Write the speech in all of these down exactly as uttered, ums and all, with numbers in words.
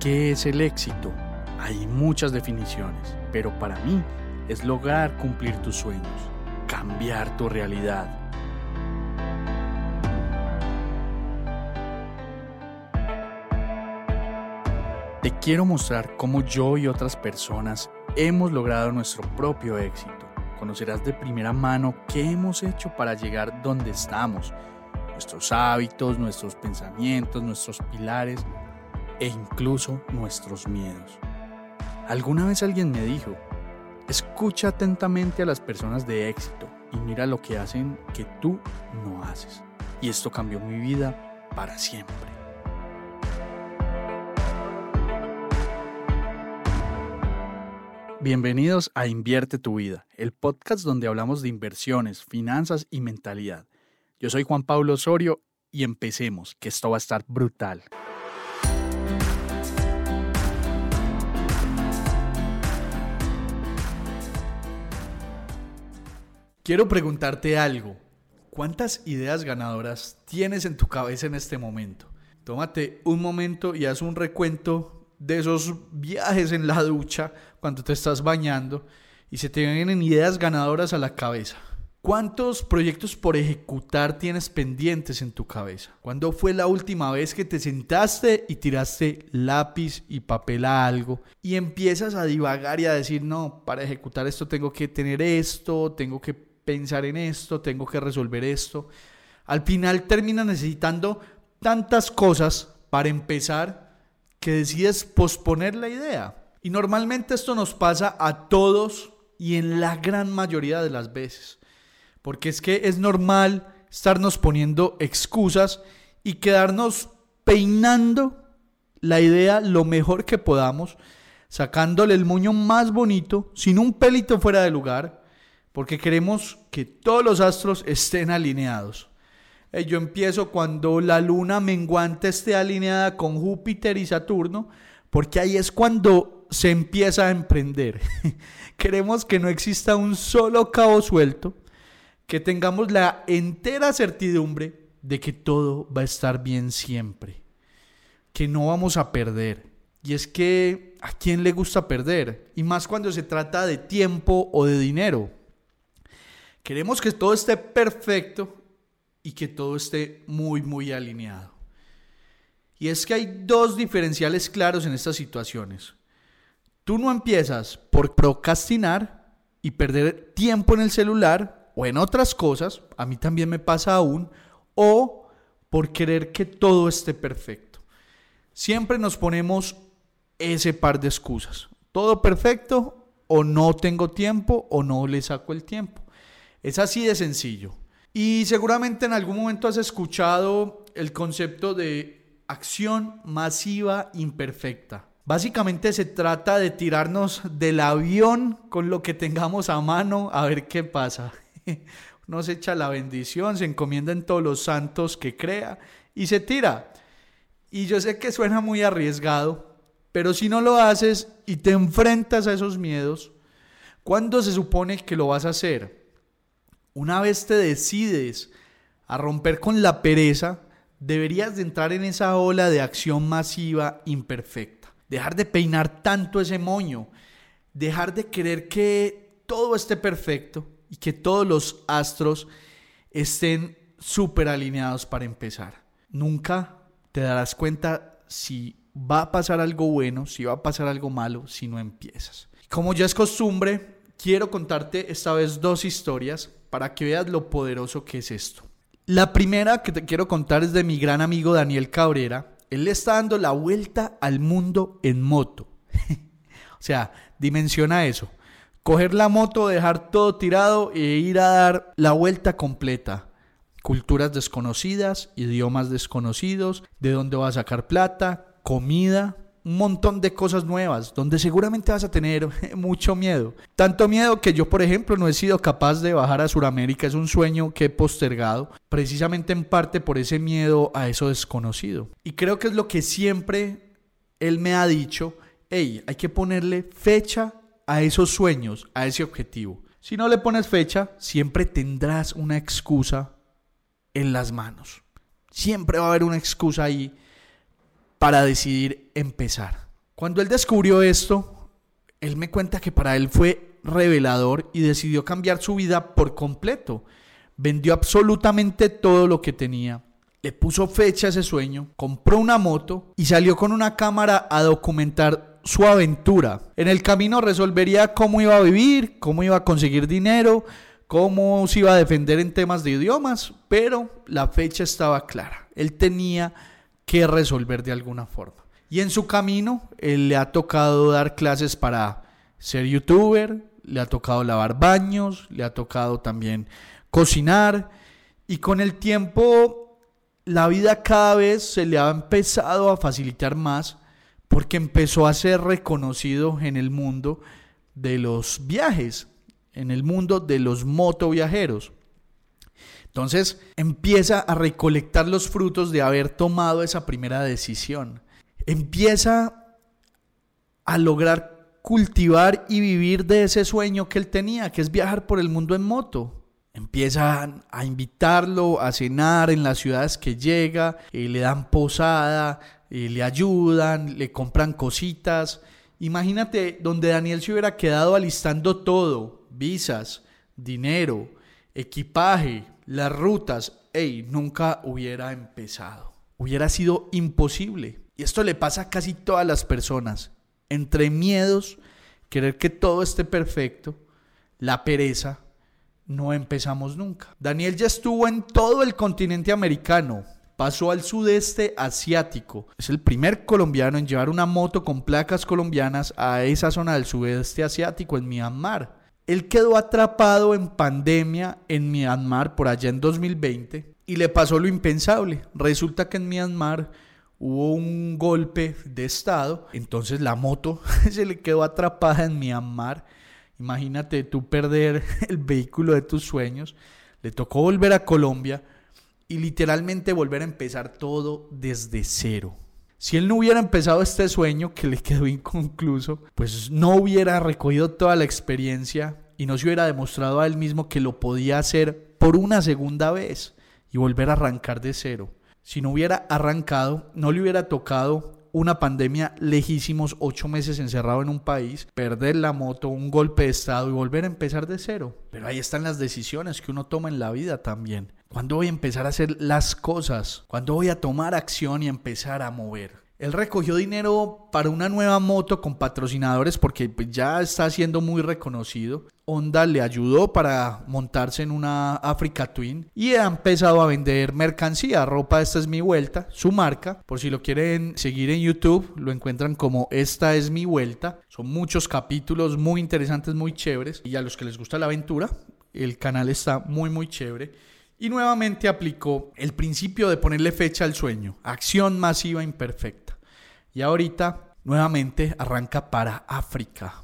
¿Qué es el éxito? Hay muchas definiciones, pero para mí es lograr cumplir tus sueños, cambiar tu realidad. Te quiero mostrar cómo yo y otras personas hemos logrado nuestro propio éxito. Conocerás de primera mano qué hemos hecho para llegar donde estamos, nuestros hábitos, nuestros pensamientos, nuestros pilares e incluso nuestros miedos. Alguna vez alguien me dijo, escucha atentamente a las personas de éxito y mira lo que hacen que tú no haces. Y esto cambió mi vida para siempre. Bienvenidos a Invierte tu Vida, el podcast donde hablamos de inversiones, finanzas y mentalidad. Yo soy Juan Pablo Osorio y empecemos, que esto va a estar brutal. Quiero preguntarte algo. ¿Cuántas ideas ganadoras tienes en tu cabeza en este momento? Tómate un momento y haz un recuento de esos viajes en la ducha cuando te estás bañando y se te vienen ideas ganadoras a la cabeza. ¿Cuántos proyectos por ejecutar tienes pendientes en tu cabeza? ¿Cuándo fue la última vez que te sentaste y tiraste lápiz y papel a algo y empiezas a divagar y a decir, no, para ejecutar esto tengo que tener esto, tengo que pensar en esto, tengo que resolver esto? Al final terminas necesitando tantas cosas para empezar que decides posponer la idea. Y normalmente esto nos pasa a todos y en la gran mayoría de las veces. Porque es que es normal estarnos poniendo excusas y quedarnos peinando la idea lo mejor que podamos, sacándole el moño más bonito, sin un pelito fuera de lugar, porque queremos que todos los astros estén alineados. Yo empiezo cuando la luna menguante esté alineada con Júpiter y Saturno, porque ahí es cuando se empieza a emprender. Queremos que no exista un solo cabo suelto, que tengamos la entera certidumbre de que todo va a estar bien siempre, que no vamos a perder. Y es que ¿a quién le gusta perder? Y más cuando se trata de tiempo o de dinero. Queremos que todo esté perfecto y que todo esté muy, muy alineado. Y es que hay dos diferenciales claros en estas situaciones. Tú no empiezas por procrastinar y perder tiempo en el celular o en otras cosas, a mí también me pasa aún, o por querer que todo esté perfecto. Siempre nos ponemos ese par de excusas. Todo perfecto, o no tengo tiempo, o no le saco el tiempo. Es así de sencillo. Y seguramente en algún momento has escuchado el concepto de acción masiva imperfecta. Básicamente se trata de tirarnos del avión con lo que tengamos a mano a ver qué pasa. Uno se echa la bendición, se encomienda en todos los santos que crea y se tira. Y yo sé que suena muy arriesgado, pero si no lo haces y te enfrentas a esos miedos, ¿cuándo se supone que lo vas a hacer? Una vez te decides a romper con la pereza, deberías de entrar en esa ola de acción masiva imperfecta. Dejar de peinar tanto ese moño, dejar de querer que todo esté perfecto y que todos los astros estén súper alineados para empezar. Nunca te darás cuenta si va a pasar algo bueno, si va a pasar algo malo, si no empiezas. Como ya es costumbre, quiero contarte esta vez dos historias para que veas lo poderoso que es esto. La primera que te quiero contar es de mi gran amigo Daniel Cabrera. Él le está dando la vuelta al mundo en moto. O sea, dimensiona eso. Coger la moto, dejar todo tirado e ir a dar la vuelta completa. Culturas desconocidas, idiomas desconocidos, de dónde va a sacar plata, comida, un montón de cosas nuevas, donde seguramente vas a tener mucho miedo. Tanto miedo que yo, por ejemplo, no he sido capaz de bajar a Sudamérica. Es un sueño que he postergado, precisamente en parte por ese miedo a eso desconocido. Y creo que es lo que siempre él me ha dicho, hey, hay que ponerle fecha a esos sueños, a ese objetivo. Si no le pones fecha, siempre tendrás una excusa en las manos. Siempre va a haber una excusa ahí para decidir empezar. Cuando él descubrió esto, él me cuenta que para él fue revelador y decidió cambiar su vida por completo. Vendió absolutamente todo lo que tenía, le puso fecha a ese sueño, compró una moto y salió con una cámara a documentar su aventura. En el camino resolvería cómo iba a vivir, cómo iba a conseguir dinero, cómo se iba a defender en temas de idiomas, pero la fecha estaba clara. Él tenía que resolver de alguna forma. Y en su camino, él le ha tocado dar clases para ser youtuber, le ha tocado lavar baños, le ha tocado también cocinar, y con el tiempo la vida cada vez se le ha empezado a facilitar más porque empezó a ser reconocido en el mundo de los viajes, en el mundo de los motoviajeros. Entonces empieza a recolectar los frutos de haber tomado esa primera decisión. Empieza a lograr cultivar y vivir de ese sueño que él tenía, que es viajar por el mundo en moto. Empiezan a invitarlo a cenar en las ciudades que llega, eh, le dan posada, eh, le ayudan, le compran cositas. Imagínate donde Daniel se hubiera quedado alistando todo, visas, dinero, equipaje, las rutas, ey, nunca hubiera empezado. Hubiera sido imposible. Y esto le pasa a casi todas las personas. Entre miedos, querer que todo esté perfecto, la pereza, no empezamos nunca. Daniel ya estuvo en todo el continente americano, pasó al sudeste asiático. Es el primer colombiano en llevar una moto con placas colombianas a esa zona del sudeste asiático, en Myanmar. Él quedó atrapado en pandemia en Myanmar por allá en dos mil veinte y le pasó lo impensable. Resulta que en Myanmar hubo un golpe de estado, entonces la moto se le quedó atrapada en Myanmar. Imagínate tú perder el vehículo de tus sueños. Le tocó volver a Colombia y literalmente volver a empezar todo desde cero. Si él no hubiera empezado este sueño que le quedó inconcluso, pues no hubiera recogido toda la experiencia y no se hubiera demostrado a él mismo que lo podía hacer por una segunda vez y volver a arrancar de cero. Si no hubiera arrancado, no le hubiera tocado una pandemia lejísimos, ocho meses encerrado en un país, perder la moto, un golpe de estado y volver a empezar de cero. Pero ahí están las decisiones que uno toma en la vida también. ¿Cuándo voy a empezar a hacer las cosas? ¿Cuándo voy a tomar acción y empezar a mover? Él recogió dinero para una nueva moto con patrocinadores porque ya está siendo muy reconocido. Honda le ayudó para montarse en una Africa Twin y ha empezado a vender mercancía, ropa. Esta es mi vuelta, su marca. Por si lo quieren seguir en YouTube, lo encuentran como Esta es mi vuelta. Son muchos capítulos muy interesantes, muy chéveres. Y a los que les gusta la aventura, el canal está muy muy chévere. Y nuevamente aplicó el principio de ponerle fecha al sueño, acción masiva imperfecta. Y ahorita nuevamente arranca para África.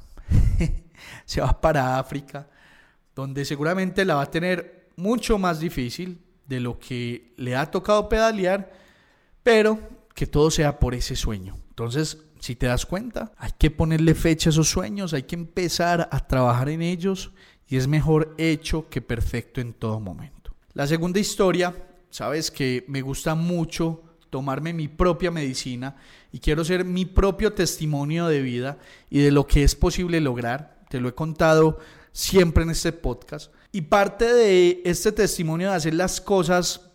Se va para África, donde seguramente la va a tener mucho más difícil de lo que le ha tocado pedalear, pero que todo sea por ese sueño. Entonces, si te das cuenta, hay que ponerle fecha a esos sueños, hay que empezar a trabajar en ellos y es mejor hecho que perfecto en todo momento. La segunda historia, sabes que me gusta mucho tomarme mi propia medicina y quiero ser mi propio testimonio de vida y de lo que es posible lograr. Te lo he contado siempre en este podcast. Y parte de este testimonio de hacer las cosas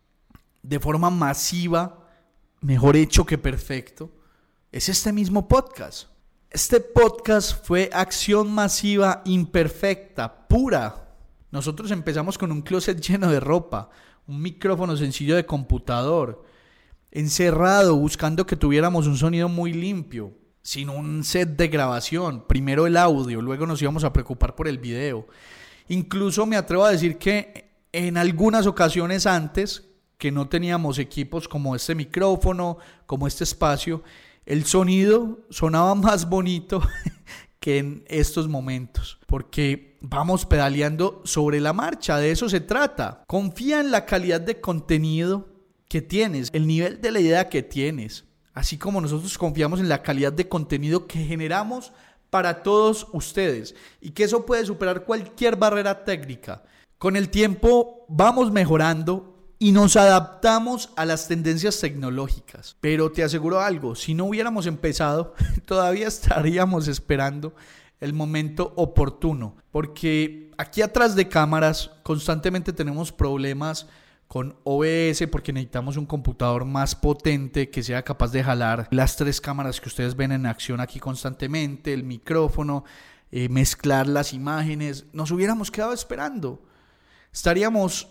de forma masiva, mejor hecho que perfecto, es este mismo podcast. Este podcast fue acción masiva imperfecta, pura. Nosotros empezamos con un closet lleno de ropa, un micrófono sencillo de computador, encerrado buscando que tuviéramos un sonido muy limpio, sin un set de grabación. Primero el audio, luego nos íbamos a preocupar por el video. Incluso me atrevo a decir que en algunas ocasiones antes, que no teníamos equipos como este micrófono, como este espacio, el sonido sonaba más bonito que en estos momentos, porque vamos pedaleando sobre la marcha. De eso se trata. Confía en la calidad de contenido que tienes, el nivel de la idea que tienes, así como nosotros confiamos en la calidad de contenido que generamos para todos ustedes y que eso puede superar cualquier barrera técnica. Con el tiempo vamos mejorando y nos adaptamos a las tendencias tecnológicas. Pero te aseguro algo, si no hubiéramos empezado, todavía estaríamos esperando el momento oportuno, porque aquí atrás de cámaras constantemente tenemos problemas con O B S porque necesitamos un computador más potente que sea capaz de jalar las tres cámaras que ustedes ven en acción aquí constantemente, el micrófono, eh, mezclar las imágenes. Nos hubiéramos quedado esperando. Estaríamos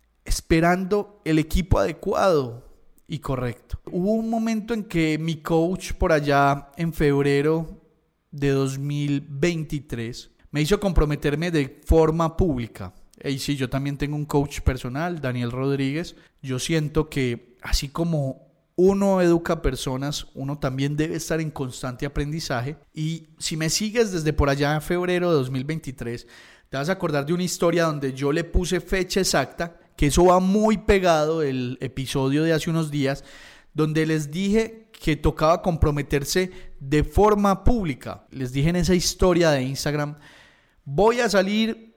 esperando el equipo adecuado y correcto. Hubo un momento en que mi coach por allá en febrero de dos mil veintitrés me hizo comprometerme de forma pública. Y sí, yo también tengo un coach personal, Daniel Rodríguez. Yo siento que así como uno educa personas, uno también debe estar en constante aprendizaje. Y si me sigues desde por allá en febrero de dos mil veintitrés, te vas a acordar de una historia donde yo le puse fecha exacta, que eso va muy pegado del episodio de hace unos días, donde les dije que tocaba comprometerse de forma pública. Les dije en esa historia de Instagram, voy a salir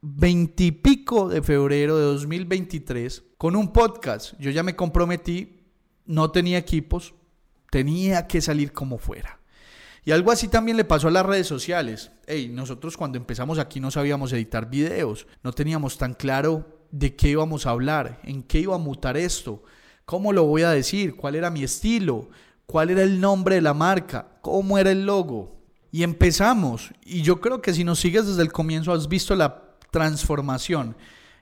veintipico de febrero de dos mil veintitrés con un podcast. Yo ya me comprometí, no tenía equipos, tenía que salir como fuera. Y algo así también le pasó a las redes sociales. Hey, nosotros cuando empezamos aquí no sabíamos editar videos, no teníamos tan claro de qué íbamos a hablar, en qué iba a mutar esto, cómo lo voy a decir, cuál era mi estilo, cuál era el nombre de la marca, cómo era el logo. Y empezamos, y yo creo que si nos sigues desde el comienzo has visto la transformación.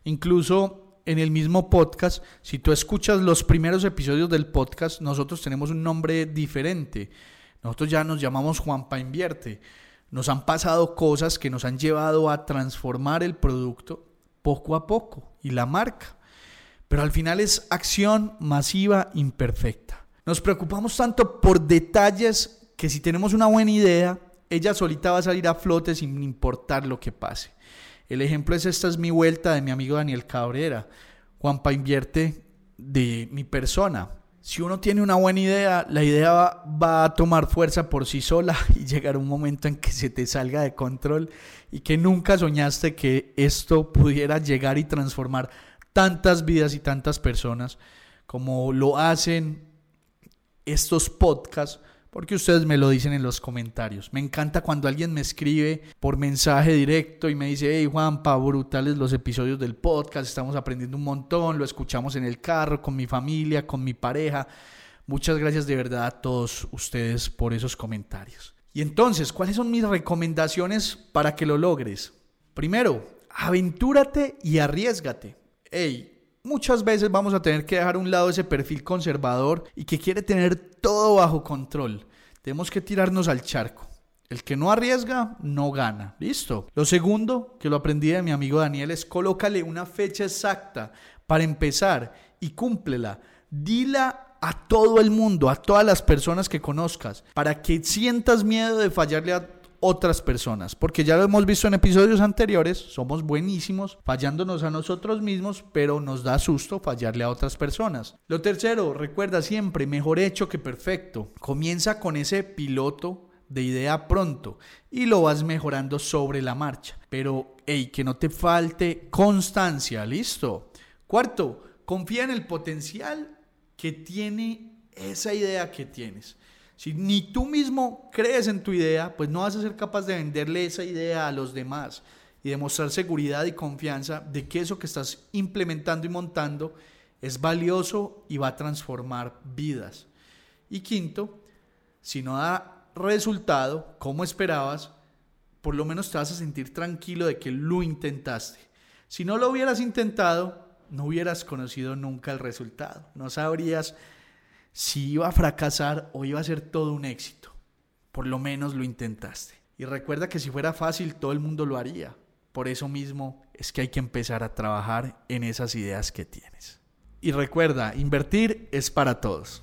Incluso en el mismo podcast, si tú escuchas los primeros episodios del podcast, nosotros tenemos un nombre diferente. Nosotros ya nos llamamos Juanpa Invierte. Nos han pasado cosas que nos han llevado a transformar el producto poco a poco y la marca. Pero al final es acción masiva imperfecta. Nos preocupamos tanto por detalles que si tenemos una buena idea, ella solita va a salir a flote sin importar lo que pase. El ejemplo es esta, es mi vuelta de mi amigo Daniel Cabrera. Juanpa Invierte de mi persona. Si uno tiene una buena idea, la idea va, va a tomar fuerza por sí sola y llegará un momento en que se te salga de control y que nunca soñaste que esto pudiera llegar y transformar tantas vidas y tantas personas como lo hacen estos podcasts, porque ustedes me lo dicen en los comentarios. Me encanta cuando alguien me escribe por mensaje directo y me dice, hey Juanpa, brutales los episodios del podcast, estamos aprendiendo un montón, lo escuchamos en el carro, con mi familia, con mi pareja. Muchas gracias de verdad a todos ustedes por esos comentarios. Y entonces, ¿cuáles son mis recomendaciones para que lo logres? Primero, aventúrate y arriésgate. Hey, muchas veces vamos a tener que dejar a un lado ese perfil conservador y que quiere tener todo bajo control. Tenemos que tirarnos al charco. El que no arriesga, no gana. ¿Listo? Lo segundo, que lo aprendí de mi amigo Daniel, es colócale una fecha exacta para empezar y cúmplela. Dila a todo el mundo, a todas las personas que conozcas, para que sientas miedo de fallarle a otras personas, porque ya lo hemos visto en episodios anteriores, somos buenísimos fallándonos a nosotros mismos, pero nos da susto fallarle a otras personas. Lo tercero, recuerda siempre, mejor hecho que perfecto. Comienza con ese piloto de idea pronto y lo vas mejorando sobre la marcha, pero hey, que no te falte constancia. ¿Listo? Cuarto, confía en el potencial que tiene esa idea que tienes. Si ni tú mismo crees en tu idea, pues no vas a ser capaz de venderle esa idea a los demás y demostrar seguridad y confianza de que eso que estás implementando y montando es valioso y va a transformar vidas. Y quinto, si no da resultado como esperabas, por lo menos te vas a sentir tranquilo de que lo intentaste. Si no lo hubieras intentado, no hubieras conocido nunca el resultado. No sabrías si iba a fracasar o iba a ser todo un éxito. Por lo menos lo intentaste. Y recuerda que si fuera fácil, todo el mundo lo haría. Por eso mismo es que hay que empezar a trabajar en esas ideas que tienes. Y recuerda, invertir es para todos.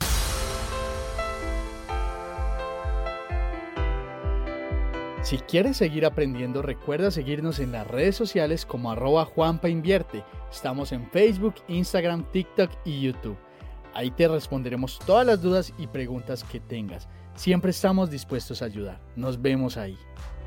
Si quieres seguir aprendiendo, recuerda seguirnos en las redes sociales como arroba Juanpa Invierte. Estamos en Facebook, Instagram, TikTok y YouTube. Ahí te responderemos todas las dudas y preguntas que tengas. Siempre estamos dispuestos a ayudar. Nos vemos ahí.